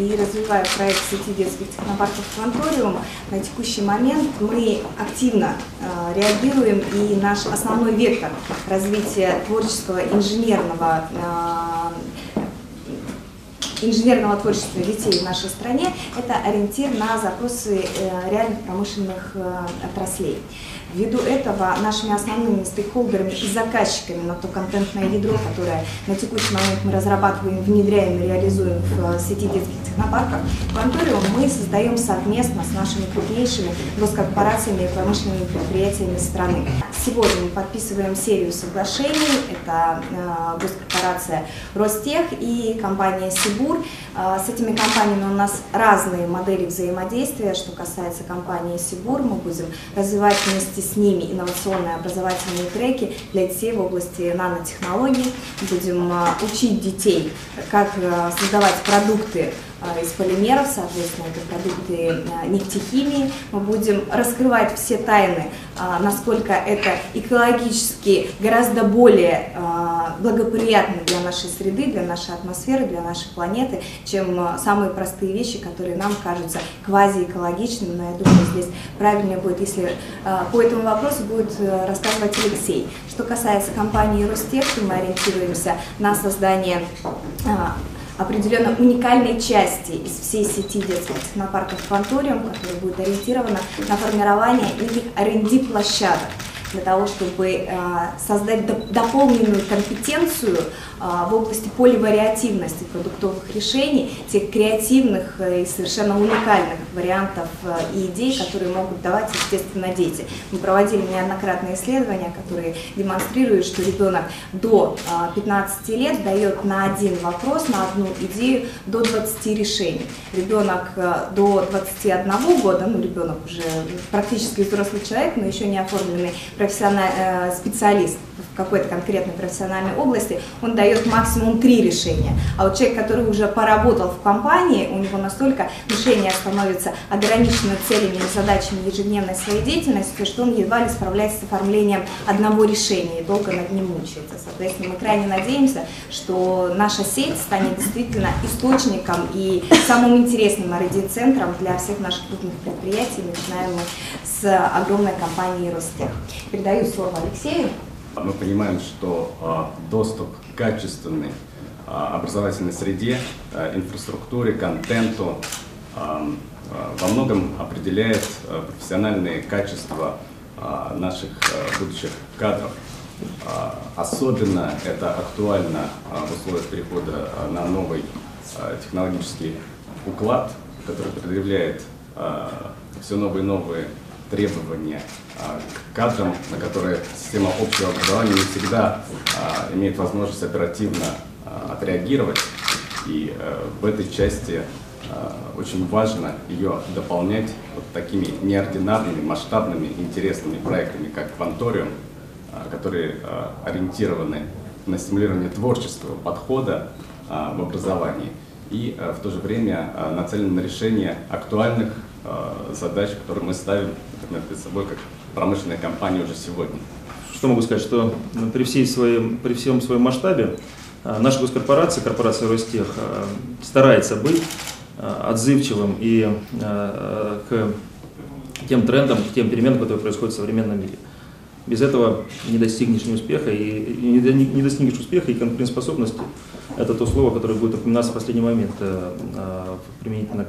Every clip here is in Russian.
и развиваю проект сети детских технопарков «Кванториум», на текущий момент мы активно реагируем, и наш основной вектор развития творческого инженерного творчества детей в нашей стране – это ориентир на запросы реальных промышленных отраслей. Ввиду этого нашими основными стейкхолдерами и заказчиками на то контентное ядро, которое на текущий момент мы разрабатываем, внедряем и реализуем в сети детских технопарков «Кванториум», мы создаем совместно с нашими крупнейшими госкорпорациями и промышленными предприятиями страны. Сегодня мы подписываем серию соглашений. Это госкорпорация Ростех и компания Сибур. С этими компаниями у нас разные модели взаимодействия. Что касается компании Сибур, мы будем развивать вместе с ними инновационные образовательные треки для детей в области нанотехнологий. Будем учить детей, как создавать продукты из полимеров, соответственно, это продукты нефтехимии. Мы будем раскрывать все тайны, насколько это экологически гораздо более благоприятно для нашей среды, для нашей атмосферы, для нашей планеты, чем самые простые вещи, которые нам кажутся квазиэкологичными. Но я думаю, здесь правильнее будет, если по этому вопросу будет рассказывать Алексей. Что касается компании Ростех, мы ориентируемся на создание определенно уникальной части из всей сети детских технопарков «Кванториум», которая будет ориентирована на формирование неких R&D-площадок, для того, чтобы создать дополненную компетенцию в области поливариативности продуктовых решений, тех креативных и совершенно уникальных вариантов и идей, которые могут давать, естественно, дети. Мы проводили неоднократные исследования, которые демонстрируют, что ребенок до 15 лет дает на один вопрос, на одну идею до 20 решений. Ребенок до 21 года, ну, ребенок уже практически взрослый человек, но еще не оформленный специалист в какой-то конкретной профессиональной области, он дает максимум 3 решения. А вот человек, который уже поработал в компании, у него настолько мышление становится ограничено целями и задачами ежедневной своей деятельности, что он едва ли справляется с оформлением одного решения и долго над ним мучается. Соответственно, мы крайне надеемся, что наша сеть станет действительно источником и самым интересным R&D-центром для всех наших крупных предприятий. Начинаем мы с огромной компании Ростех. Передаю слово Алексею. Мы понимаем, что доступ к качественной образовательной среде, инфраструктуре, контенту во многом определяет профессиональные качества наших будущих кадров. Особенно это актуально в условиях перехода на новый технологический уклад, который предъявляет все новые и новые требования к кадрам, на которые система общего образования не всегда имеет возможность оперативно отреагировать. И в этой части очень важно ее дополнять вот такими неординарными, масштабными, интересными проектами, как «Кванториум», которые ориентированы на стимулирование творческого подхода в образовании и в то же время нацелены на решение актуальных задач, которые мы ставим, например, перед собой как промышленная компания уже сегодня. Что могу сказать, что при всем своем масштабе наша госкорпорация, корпорация Ростех, старается быть отзывчивым и к тем трендам, к тем переменам, которые происходят в современном мире. Без этого не достигнешь ни успеха, не достигнешь успеха и конкурентоспособности. Это то слово, которое будет упоминаться в последний момент применительно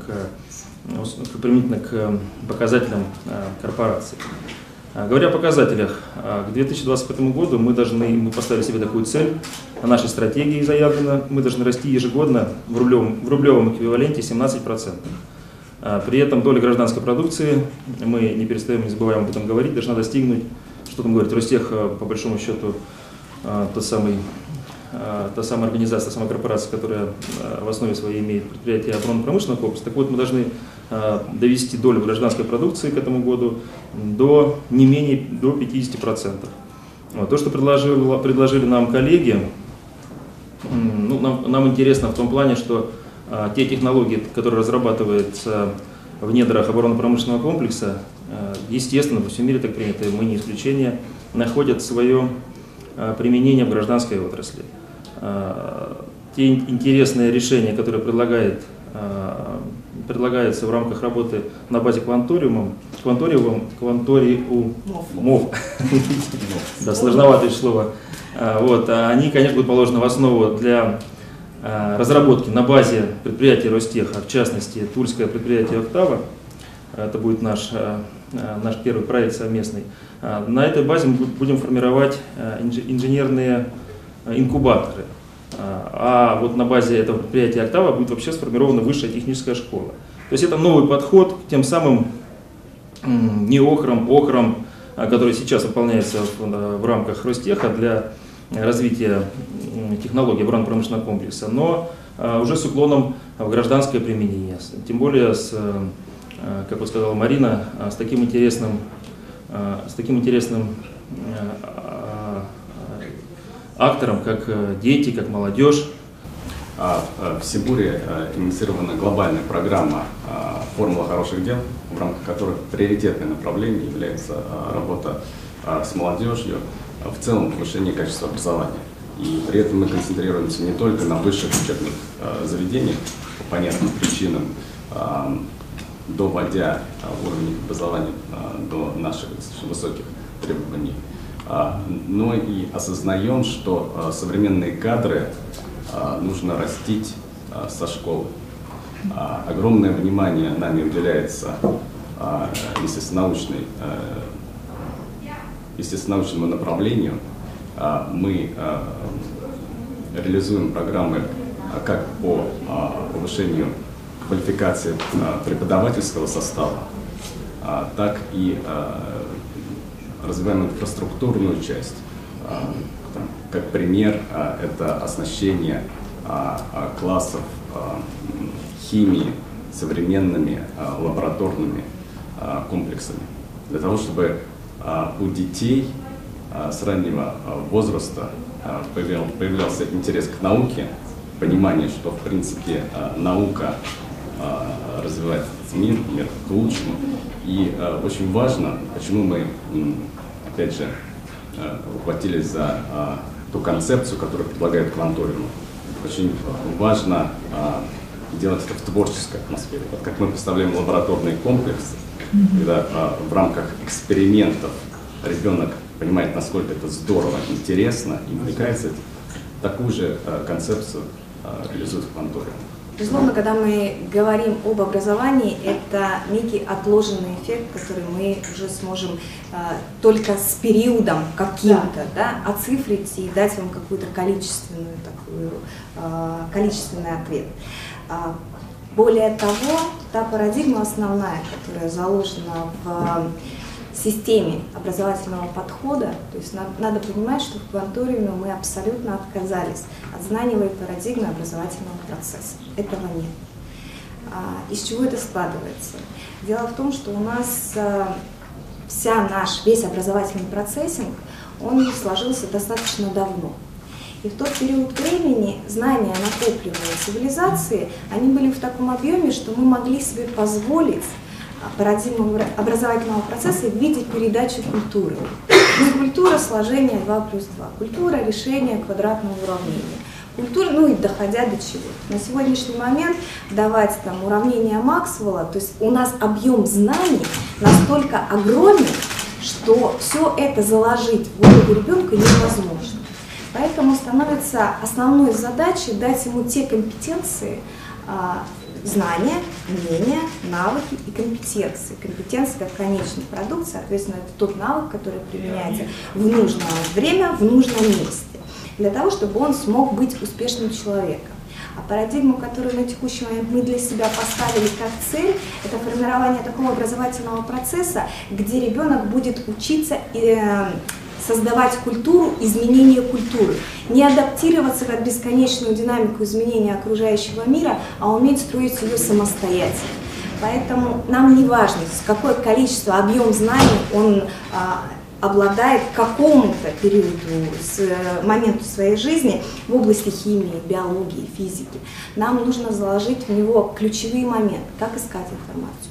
к показателям корпорации. Говоря о показателях, к 2025 году мы поставили себе такую цель, на нашей стратегии заявлено, мы должны расти ежегодно в рублевом эквиваленте 17%. При этом доля гражданской продукции, мы не перестаем, не забываем об этом говорить, должна достигнуть, что там говорит Ростех, по большому счету, та самая организация, та самая корпорация, которая в основе своей имеет предприятие оборонно-промышленного комплекса. Так вот, мы должны довести долю гражданской продукции к этому году до не менее до 50%. Вот. То, что предложили нам коллеги, ну, нам интересно в том плане, что те технологии, которые разрабатываются в недрах оборонно-промышленного комплекса, естественно, во всем мире так принято, мы не исключение, находят свое применение в гражданской отрасли. Те интересные решения, которые предлагает предлагается в рамках работы на базе кванториумов. Да, сложноватое слово. Вот, они, конечно, будут положены в основу для разработки на базе предприятия Ростеха, в частности, тульское предприятие «Октава». Это будет наш первый проект совместный. На этой базе мы будем формировать инженерные инкубаторы. А вот на базе этого предприятия «Октава» будет вообще сформирована высшая техническая школа. То есть это новый подход к тем самым охрам, который сейчас выполняется в рамках Ростеха для развития технологий оборонно-промышленного комплекса, но уже с уклоном в гражданское применение. Тем более, как вот сказала Марина, с таким интересным актором, как дети, как молодежь. В Сибуре инициирована глобальная программа «Формула хороших дел», в рамках которой приоритетным направлением является работа с молодежью, в целом повышение качества образования. И при этом мы концентрируемся не только на высших учебных заведениях, по понятным причинам, доводя уровень образования до наших высоких требований, но и осознаем, что современные кадры нужно растить со школы. Огромное внимание нами уделяется естественно-научному направлению. Мы реализуем программы как по повышению квалификации преподавательского состава, так и развиваем инфраструктурную часть. Как пример, это оснащение классов химии современными лабораторными комплексами, для того, чтобы у детей с раннего возраста появлялся интерес к науке, понимание, что в принципе наука развивает мир к лучшему. И очень важно, почему мы, опять же, ухватились за ту концепцию, которую предлагает Кванториум. Очень важно делать это в творческой атмосфере. Вот как мы представляем лабораторный комплекс, когда в рамках экспериментов ребенок понимает, насколько это здорово, интересно и увлекается этим, такую же концепцию реализует Кванториум. Безусловно, когда мы говорим об образовании, это некий отложенный эффект, который мы уже сможем только с периодом каким-то, да, оцифрить и дать вам какую-то количественный ответ. Более того, та парадигма основная, которая заложена в системе образовательного подхода, то есть надо понимать, что в Кванториуме мы абсолютно отказались от знаниевой парадигмы образовательного процесса. Этого нет. Из чего это складывается? Дело в том, что у нас весь образовательный процессинг, он сложился достаточно давно. И в тот период времени знания, накопленные цивилизации, они были в таком объеме, что мы могли себе позволить парадигму образовательного процесса в виде передачи культуры. Культура сложения 2+2, культура решения квадратного уравнения, культура, ну и доходя до чего. На сегодняшний момент давать там уравнения Максвелла, то есть у нас объем знаний настолько огромен, что все это заложить в голову ребенка невозможно. Поэтому становится основной задачей дать ему те компетенции, знания, умения, навыки и компетенции. Компетенции как конечный продукт, соответственно, это тот навык, который применяется в нужное время, в нужном месте, для того, чтобы он смог быть успешным человеком. А парадигму, которую на текущий момент мы для себя поставили как цель, это формирование такого образовательного процесса, где ребенок будет учиться создавать культуру, изменение культуры. Не адаптироваться как бесконечную динамику изменения окружающего мира, а уметь строить ее самостоятельно. Поэтому нам не важно, какое количество, объем знаний он обладает к какому-то периоду, моменту своей жизни в области химии, биологии, физики. Нам нужно заложить в него ключевые моменты, как искать информацию,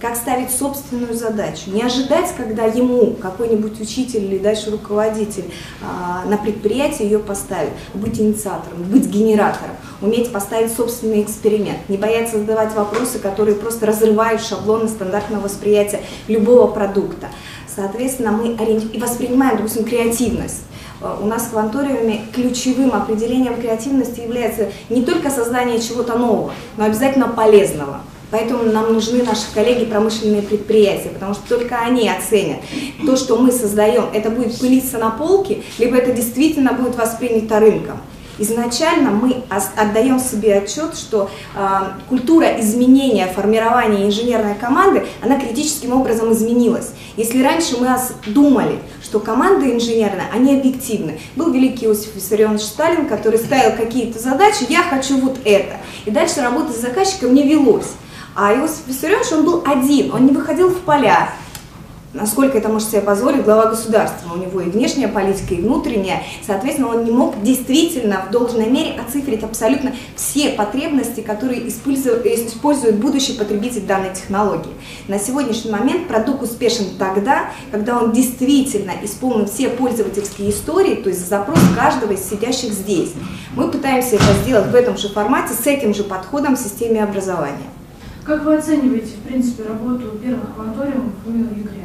как ставить собственную задачу, не ожидать, когда ему какой-нибудь учитель или дальше руководитель на предприятии ее поставит, быть инициатором, быть генератором, уметь поставить собственный эксперимент, не бояться задавать вопросы, которые просто разрывают шаблоны стандартного восприятия любого продукта. Соответственно, мы и воспринимаем, допустим, креативность. У нас в кванториуме ключевым определением креативности является не только создание чего-то нового, но обязательно полезного. Поэтому нам нужны наши коллеги промышленные предприятия, потому что только они оценят то, что мы создаем, это будет пылиться на полке, либо это действительно будет воспринято рынком. Изначально мы отдаем себе отчет, что культура изменения, формирования инженерной команды, она критическим образом изменилась. Если раньше мы думали, что команды инженерные, они объективны. Был великий Иосиф Виссарионович Сталин, который ставил какие-то задачи, я хочу вот это. И дальше работа с заказчиком не велось. А Иосиф Виссарионович, он был один, он не выходил в поля. Насколько это может себе позволить глава государства. У него и внешняя политика, и внутренняя. Соответственно, он не мог действительно в должной мере оцифрить абсолютно все потребности, которые использует будущий потребитель данной технологии. На сегодняшний момент продукт успешен тогда, когда он действительно исполнил все пользовательские истории, то есть запрос каждого из сидящих здесь. Мы пытаемся это сделать в этом же формате, с этим же подходом в системе образования. Как вы оцениваете, в принципе, работу первых кванториумов в Югре?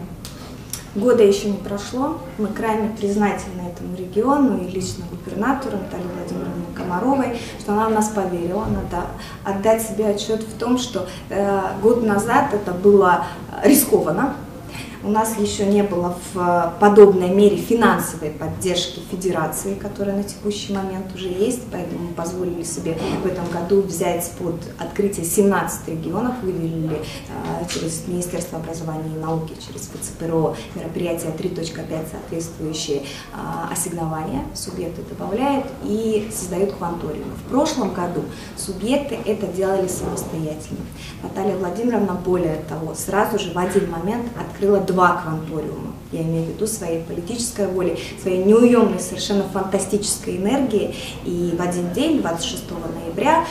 Года еще не прошло. Мы крайне признательны этому региону и лично губернатору Наталье Владимировне Комаровой, что она в нас поверила. Надо отдать себе отчет в том, что год назад это было рискованно. У нас еще не было в подобной мере финансовой поддержки федерации, которая на текущий момент уже есть, поэтому мы позволили себе в этом году взять под открытие 17 регионов, выделили через Министерство образования и науки, через ФЦПРО мероприятия 3.5 соответствующие ассигнования, субъекты добавляют и создают кванториумы. В прошлом году субъекты это делали самостоятельно. Наталья Владимировна, более того, сразу же в один момент открыла 2 кванториума. Я имею в виду своей политической волей, своей неуемной, совершенно фантастической энергии. И в один день, 26 ноября,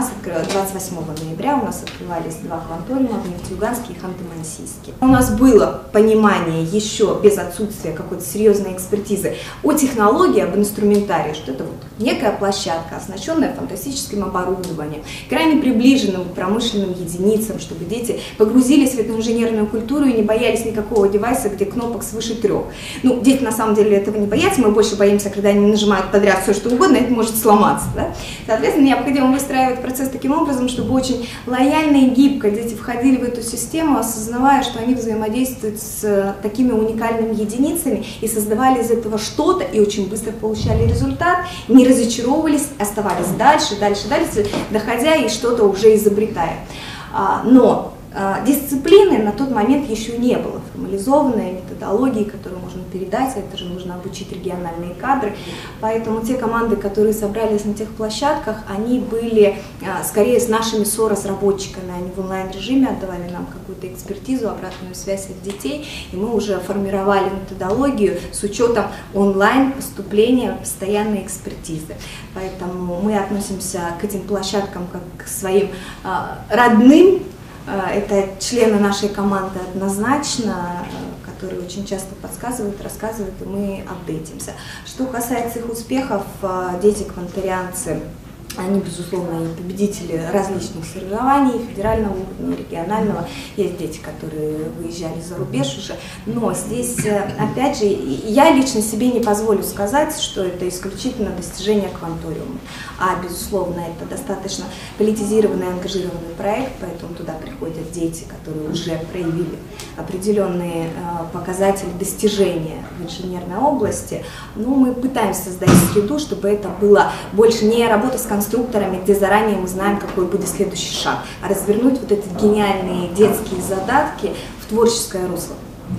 28 ноября у нас открывались 2 кванториума в Нефтеюганске и Ханты-Мансийске. У нас было понимание еще без отсутствия какой-то серьезной экспертизы о технологии, об инструментарии, что это вот некая площадка, оснащенная фантастическим оборудованием, крайне приближенным к промышленным единицам, чтобы дети погрузились в эту инженерную культуру и не боялись никакого девайса, где кнопок свыше 3. Ну, дети на самом деле этого не боятся, мы больше боимся, когда они нажимают подряд все, что угодно, это может сломаться. Да? Соответственно, необходимо выстраивать процесс таким образом, чтобы очень лояльно и гибко дети входили в эту систему, осознавая, что они взаимодействуют с такими уникальными единицами и создавали из этого что-то, и очень быстро получали результат, не разочаровывались, оставались дальше, доходя и что-то уже изобретая. Но дисциплины на тот момент еще не было, формализованной методологии, которую можно передать, это же нужно обучить региональные кадры, поэтому те команды, которые собрались на тех площадках, они были скорее с нашими соразработчиками, они в онлайн-режиме отдавали нам какую-то экспертизу, обратную связь от детей, и мы уже формировали методологию с учетом онлайн-поступления, постоянной экспертизы. Поэтому мы относимся к этим площадкам как к своим родным. Это члены нашей команды однозначно, которые очень часто подсказывают, рассказывают, и мы апдейтимся. Что касается их успехов, дети-кванторианцы, они, безусловно, и победители различных соревнований, федерального уровня, регионального. Есть дети, которые выезжали за рубеж уже. Но здесь, опять же, я лично себе не позволю сказать, что это исключительно достижение кванториума. А, безусловно, это достаточно политизированный, ангажированный проект, поэтому туда приходят дети, которые уже проявили определенные показатели достижения в инженерной области. Но мы пытаемся создать среду, чтобы это было больше не работа с конструкторами, где заранее мы знаем, какой будет следующий шаг, а развернуть вот эти гениальные детские задатки в творческое русло.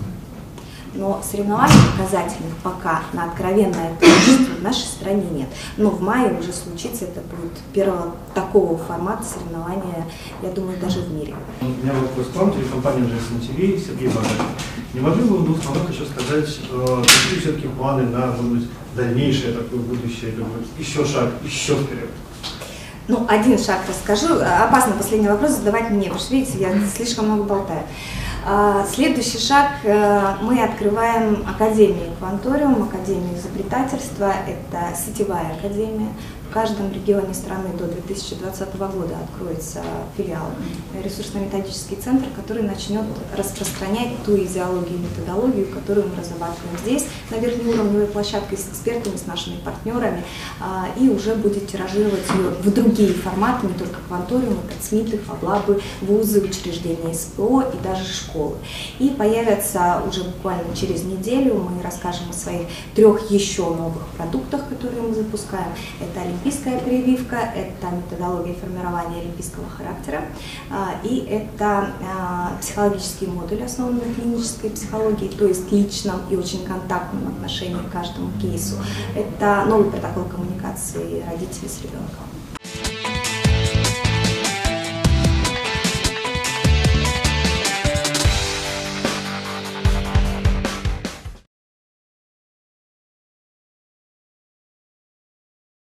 Но соревнований показательных пока на откровенное творчество в нашей стране нет. Но в мае уже случится, это будет первого такого формата соревнования, я думаю, даже в мире. У меня вопрос к вам, телекомпания GSM TV, Сергей Бажев. Не могли бы вы в 2 словах еще сказать, какие все-таки планы на, может быть, дальнейшее такое будущее, еще шаг, еще вперед? Ну, один шаг расскажу. Опасно последний вопрос задавать мне, потому что, видите, я слишком много болтаю. Следующий шаг, мы открываем Академию Кванториум, Академию изобретательства, это сетевая академия. В каждом регионе страны до 2020 года откроется филиал, ресурсно-методический центр, который начнет распространять ту идеологию и методологию, которую мы разрабатываем здесь, на верхнеуровневой площадке с экспертами, с нашими партнерами, и уже будет тиражировать ее в другие форматы, не только Кванториум, это ЦМИТы, фаблабы, вузы, учреждения СПО и даже школы. И появятся уже буквально через неделю, мы расскажем о своих 3 еще новых продуктах, которые мы запускаем. Это олимпийская прививка, это методология формирования олимпийского характера, и это психологический модуль, основанный на клинической психологии, то есть личном и очень контактном отношении к каждому кейсу. Это новый протокол коммуникации родителей с ребенком.